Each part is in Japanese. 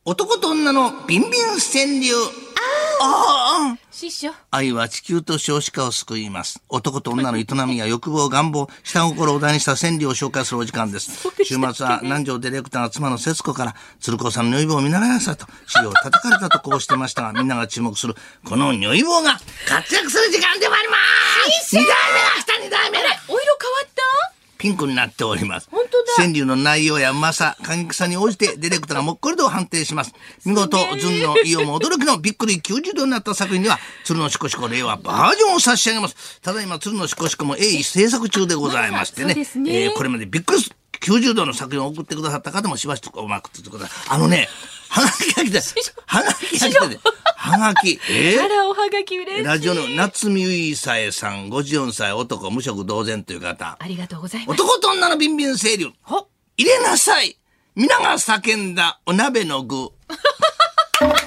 男と女のビンビン川柳。 師匠。 愛は地球と少子化を救います。男と女の営みや欲望、願望、下心を題にした川柳を紹介するお時間です。週末は南條ディレクターの妻の節子から、鶴子さんの如意棒を見習いなさいと、資料を叩かれたとこうしてましたが、みんなが注目する、この如意棒が活躍する時間でもあります。2代目が来た、2代目だ。 お色変わったピンクになっております。 本当だ。 川柳の内容やうまさ、過激さに応じてディレクターがもっこりと判定します。見事、ずんのイオも驚きのびっくり90度になった作品には、鶴のしこしこ令和バージョンを差し上げます。ただいま鶴のしこしこも鋭意制作中でございましてね。これまでびっくり90度の作品を送ってくださった方もしばしとうまくつってください。はがきが来て、はがきが来てね。はがき。 あら、おはがき嬉しい。 ラジオの夏見ゆいさえさん、54歳男、無職同然という方。 ありがとうございます。 男と女のビンビン川柳。入れなさい。皆が叫んだお鍋の具。90度、90度。 もっこ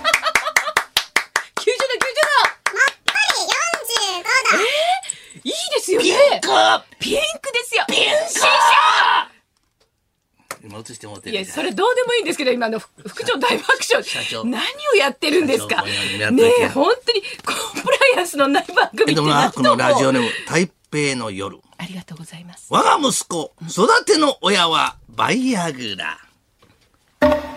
り45度。 いいですよね。ピンクですよ。 ピンク今映してもらってる。 いや、それどうでもいいんですけど、今の副長大爆笑。何をやってるんですか。ねえ、本当にコンプライアンスのない番組ってなこのラジオネーム、台北の夜。 ありがとうございます。 我が息子、育ての親はバイアグラ。 もっこ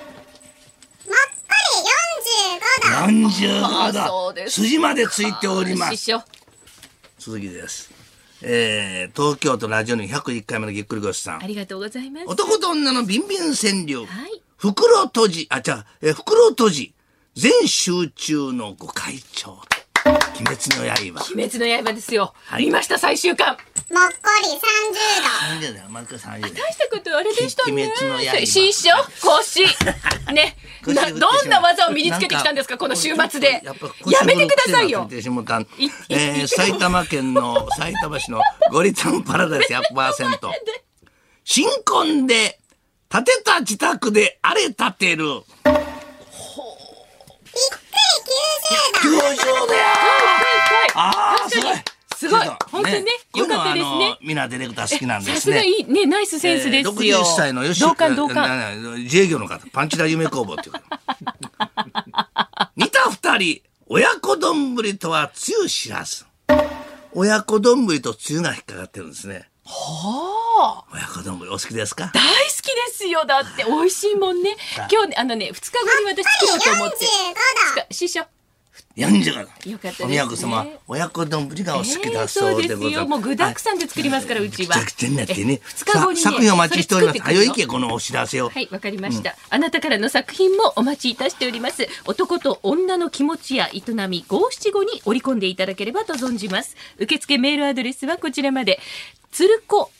り 45度。 そうです。 筋までついております。 師匠。 続きです。東京都ラジオネーム101回目のぎっくり腰さん。 ありがとうございます。 男と女のビンビン川柳。 はい。 袋閉じ、袋閉じ、全集中のご会長。鬼滅の刃。 鬼滅の刃ですよ。見ました、最終巻。 もっこり30度。 30だよ、マック30だよ。 大したことあれでしたね。 鬼滅の刃。 師匠、腰。ね。どんな技を身につけてきたんですか、この週末で。やめてくださいよ。 埼玉県の埼玉市のゴリタンパラダイス 100%。新婚で建てた自宅であれ建てる。90度やー。すごい。 すごい。本当にね、よかったですね。 みんなディレクター好きなんですね。 さすがいいね、ナイスセンスですよ。 60歳の吉同自営業の方、パンチラ夢工房っていう。似た二人、親子丼とはつゆ知らず。親子丼とつゆが引っかかってるんですね。 はあ。 親子丼お好きですか？ 大好きですよ。だって美味しいもんね。今日2日後に私作ろうと思って。師匠。 45度。 よかったですね。 お宮子様、親子丼がお好きだそうでございます。 もう具沢山で作りますから、うちは。 めちゃくちゃになってね。 2日後にね。 作品お待ちしております。早いけ、このお知らせを。 はい、わかりました。あなたからの作品もお待ちいたしております。男と女の気持ちや営み、五七五に織り込んでいただければと存じます。受付メールアドレスはこちらまで。つるこ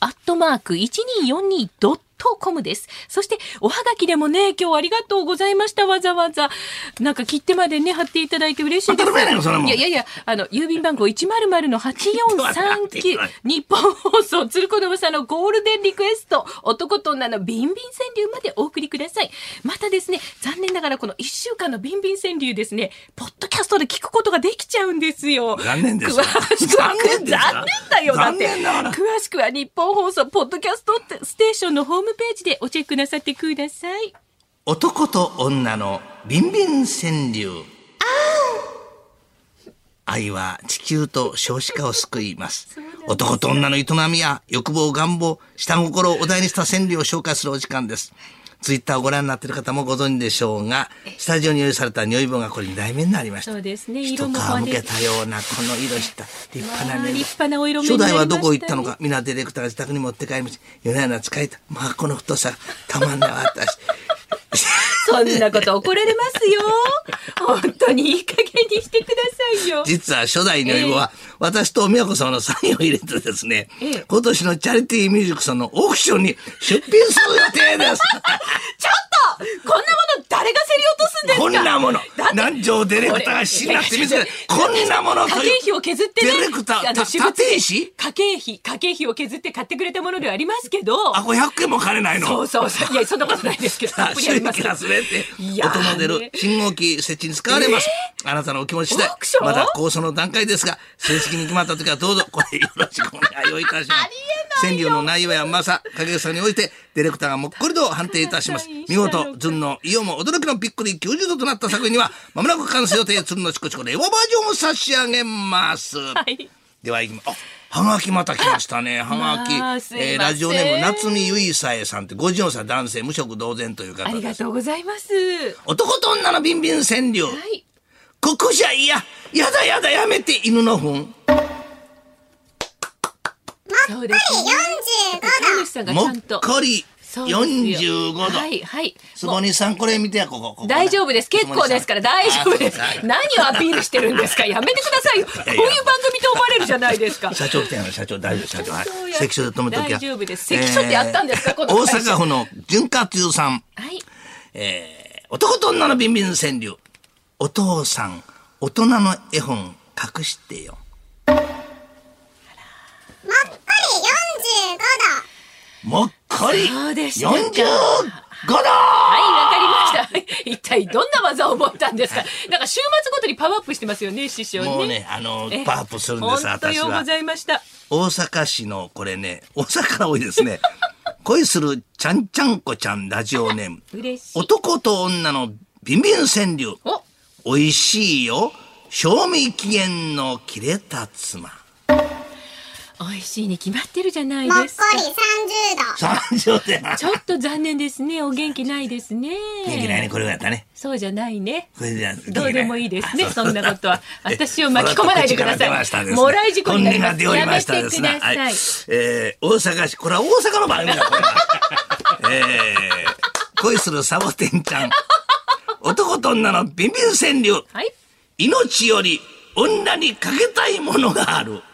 @1242.com です。そしておはがきでもね、今日ありがとうございました。わざわざなんか切手までね貼っていただいて嬉しいです。いや郵便番号100-8439日本放送つるこのぶさのゴールデンリクエスト男と女のビンビン川柳までお送りください。またですね、残念ながらこの1週間のビンビン川柳ですね、ポッドキャストで聞くことができちゃうんですよ。 残念です。 残念だよ。だって詳しくは日本放送ポッドキャストステーションのホームページでおチェックなさってください。 男と女のビンビン川柳。愛は地球と少子化を救います。男と女の営みや欲望、願望、下心をお題にした川柳を紹介するお時間です。ツイッターをご覧になっている方もご存知でしょうが、スタジオに用意された如意棒がこれ2代目になりました。 そうですね。 一皮むけたようなこの色した立派なね。 立派なお色目初代はどこ行ったのか、みんなディレクターが自宅に持って帰りました。夜な夜な使えた。まあこの太さたまんない私。 そんなこと怒られますよ。本当にいい加減にしてくださいよ。 実は初代如意棒は、私と宮子様のサインを入れてですね、今年のチャリティーミュージックさんのオークションに出品する予定です。 ちょっとこんなもの誰が競り落とすんですか？ こんなもの。 誰が南條ディレクターが死になってみて、こんなものという。 家計費を削ってね。 ディレクター、立石家計費を削って買ってくれたものではありますけど。 あ、500円も金ないの。 そう。いや、そんなことないですけど。たっぷりあります。 収益が全て音の出る信号機設置に使われます。あなたのお気持ち次第。まだ構想の段階ですが、正式に決まった時はどうぞ、これよろしくお願いをいたします。川柳の内容やまさ、影さにおいて、ディレクターがもっこりと判定いたします。見事、ずんのイオも驚きのびっくり90度となった作品には、まもなく完成予定、鶴のチコチコ令和バージョンを差し上げます。 はい。 では行きます。はがきまた来ましたね。はがき。ラジオネーム、夏見ゆいさえさんって54歳男性、無職同然という方です。 ありがとうございます。 男と女のビンビン川柳。 はい。 ここじゃいや、やだやめて犬の糞。 そうですね。 45 さんがちもっゃんと。 こり45度。 はい。 つぼにさんこれ見てや、ここ。 大丈夫です。結構ですから大丈夫です。何をアピールしてるんですか。やめてくださいよ。こういう番組と思われるじゃないですか。 社長来てんの、社長大丈夫、社長。はい。関所で止めときゃ。 大丈夫です。関所ってやったんですか、この大阪府の潤滑油さん。 はい。 男と女のビンビン川柳。お父さん、大人の絵本隠してよ。もっこり 45度。 もっこりそうでしたか 45度。 はい、わかりました。一体どんな技を覚えたんですか。なんか週末ごとにパワーアップしてますよね、師匠ね。 もうね、パワーアップするんです、 本当私は。 ようございました。 大阪市の、これね、大阪から多いですね。恋するちゃんちゃんこちゃんラジオネーム。 嬉しい。 男と女のビンビン川柳。 お、 美味しいよ。賞味期限の切れた妻。 美味しいに決まってるじゃないもっこですか。 り30度。 30でな。 ちょっと残念ですね。お元気ないですね。 元気ないね、これがやったね。 そうじゃないね。 これじゃどうでもいいですね。そんなことは。私を巻き込まないでください。 い。 もらい事故になります。 本音が出おりやめましたてくだですね。はい。 さい。 大阪市、これは大阪の番組だ、これは。恋するサボテンちゃん。男と女のビンビン川柳。 はい。 命より女にかけたいものがある。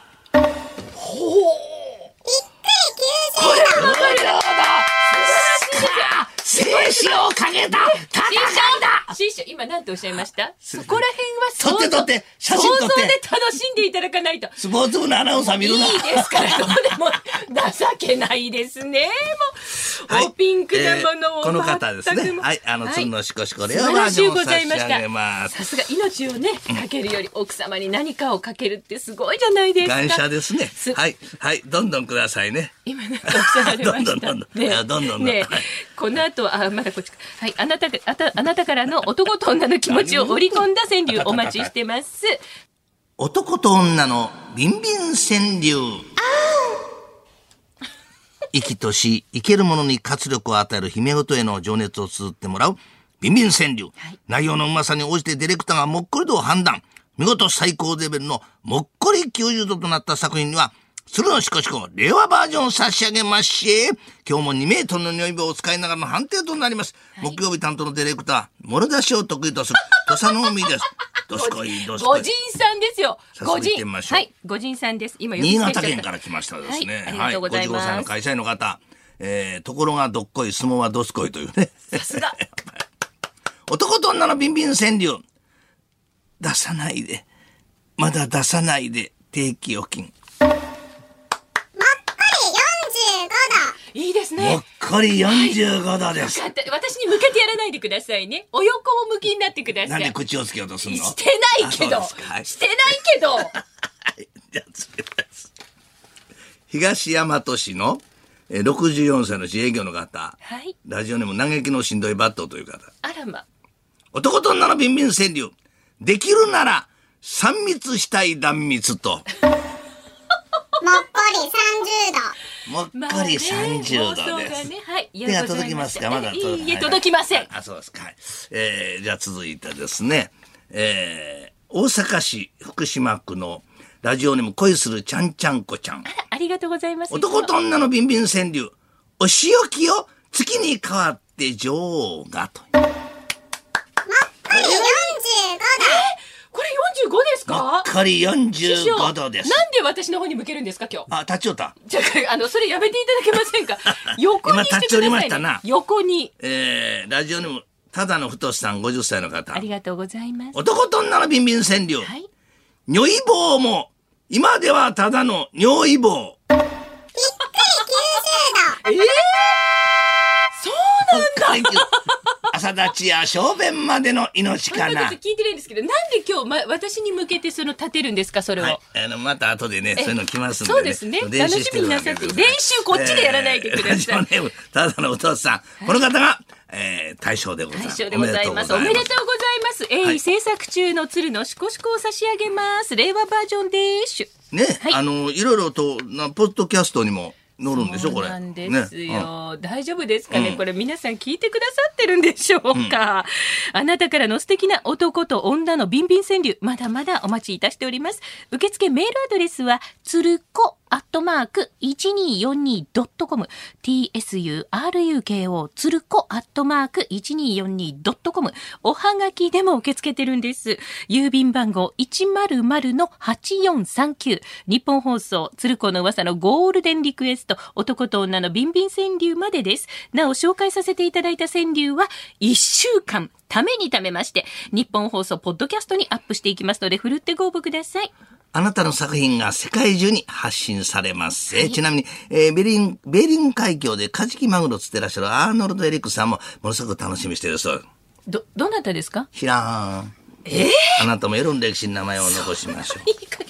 生死をかけた戦いだ。 師匠、今何ておっしゃいました？そこら辺は撮って写真撮って想像で楽しんでいただかないと。 スポーツ部のアナウンサー見るな。 いいですから、どうでも情けないですね。もう、おピンクなものをこの方ですね。はい、鶴のしこしこレアバージョンを差し上げます。 さすが命をね、かけるより奥様に何かをかけるってすごいじゃないですか。 感謝ですね。はい、はい、どんどんくださいね。 今なんかおっしゃられました。 どんどん。 ね、この後は、まだこっちか。はい、あなたからの男と女の気持ちを織り込んだ川柳お待ちしてます。 男と女のビンビン川柳。生きとし生けるものに活力を与える姫事への情熱を綴ってもらうビンビン川柳、はい、内容のうまさに応じてディレクターがもっこり度を判断。見事最高レベルのもっこり90度となった作品には鶴のしこしこ令和バージョンを差し上げまし。今日も2メートルの匂い棒を使いながらの判定となります、はい、木曜日担当のディレクターもろ出しを得意とする土佐の海です。どすこいどすこい。 ご人さんですよ。 ご人。はい、 ご人さんです。今新潟県から来ましたですね。 はい、ありがとうございます。 55歳の会社員の方、ところがどっこい相撲はどすこいというね。 さすが。 男と女のビンビン川柳。出さないで、まだ出さないで定期預金。 いいですね。 もっこり45度です。 はい、私に向けてやらないでくださいね。お横を向きになってください。 なんで口をつけようとするの？ してないけど。はい、してないけど。 じゃあ次です。東大和市の64歳の自営業の方。 はい。 ラジオネーム嘆きのしんどいバットという方。 あらま。 男と女のビンビン川柳。できるなら3密したい断密と。 もっこり30度。 もっこり30度です。 ね、はい、 手が届きますか？まだ届いいえ、届きません。 あ、そうですか。はい。じゃあ続いてですね、大阪市福島区のラジオネーム恋するちゃんちゃんこちゃん。 ありがとうございます。 男と女のビンビン川柳。お仕置きを月に変わって女王がと。 もっこり45度。 これ45ですか？ もっこり45度です。 なんで私の方に向けるんですか今日？ あ、立ち寄った。 じゃあ、それやめていただけませんか？横にしてください、ね。 今立ち寄りましたな。 横に。 ラジオネームただの太さん50歳の方。 ありがとうございます。 男と女のビンビン川柳。 はい。 如意棒も、今ではただの如意棒。 90度。 そうなんだ。 朝立ちや小便までの命かな。 聞いてるんですけど、なんで今日、私に向けて立てるんですか、それを。 はい、また後でね、そういうの来ますんで、ね。 そうですね。楽しみになさって。練習こっちでやらないでください。 ラジオネーム、ただのお父さん。この方が、大将でございます。 大将でございます。おめでとうございます。制作中の鶴のしこしこを差し上げます。令和バージョンです。 ね、 はい、 いろいろと、ポッドキャストにも、乗るんでしょこれ。 そうなんですよ、大丈夫ですかね、これ皆さん聞いてくださってるんでしょうか、あなたからの素敵な男と女のビンビン川柳、まだまだお待ちいたしております。受付メールアドレスはつるこ@1242.com tsuruko つるこ@1242.com おはがきでも受け付けてるんです。郵便番号 100-8439 日本放送つるこの噂のゴールデンリクエスト男と女のビンビン川柳までです。なお紹介させていただいた川柳は1週間ためにためまして日本放送ポッドキャストにアップしていきますのでふるってご応募ください。 あなたの作品が世界中に発信されます。ちなみに、ベリン海峡でカジキマグロ釣ってらっしゃるアーノルド・エリックさんもものすごく楽しみにしてるそう。 どなたですか？ 知らん。あなたもエロの歴史に名前を残しましょう。 いい加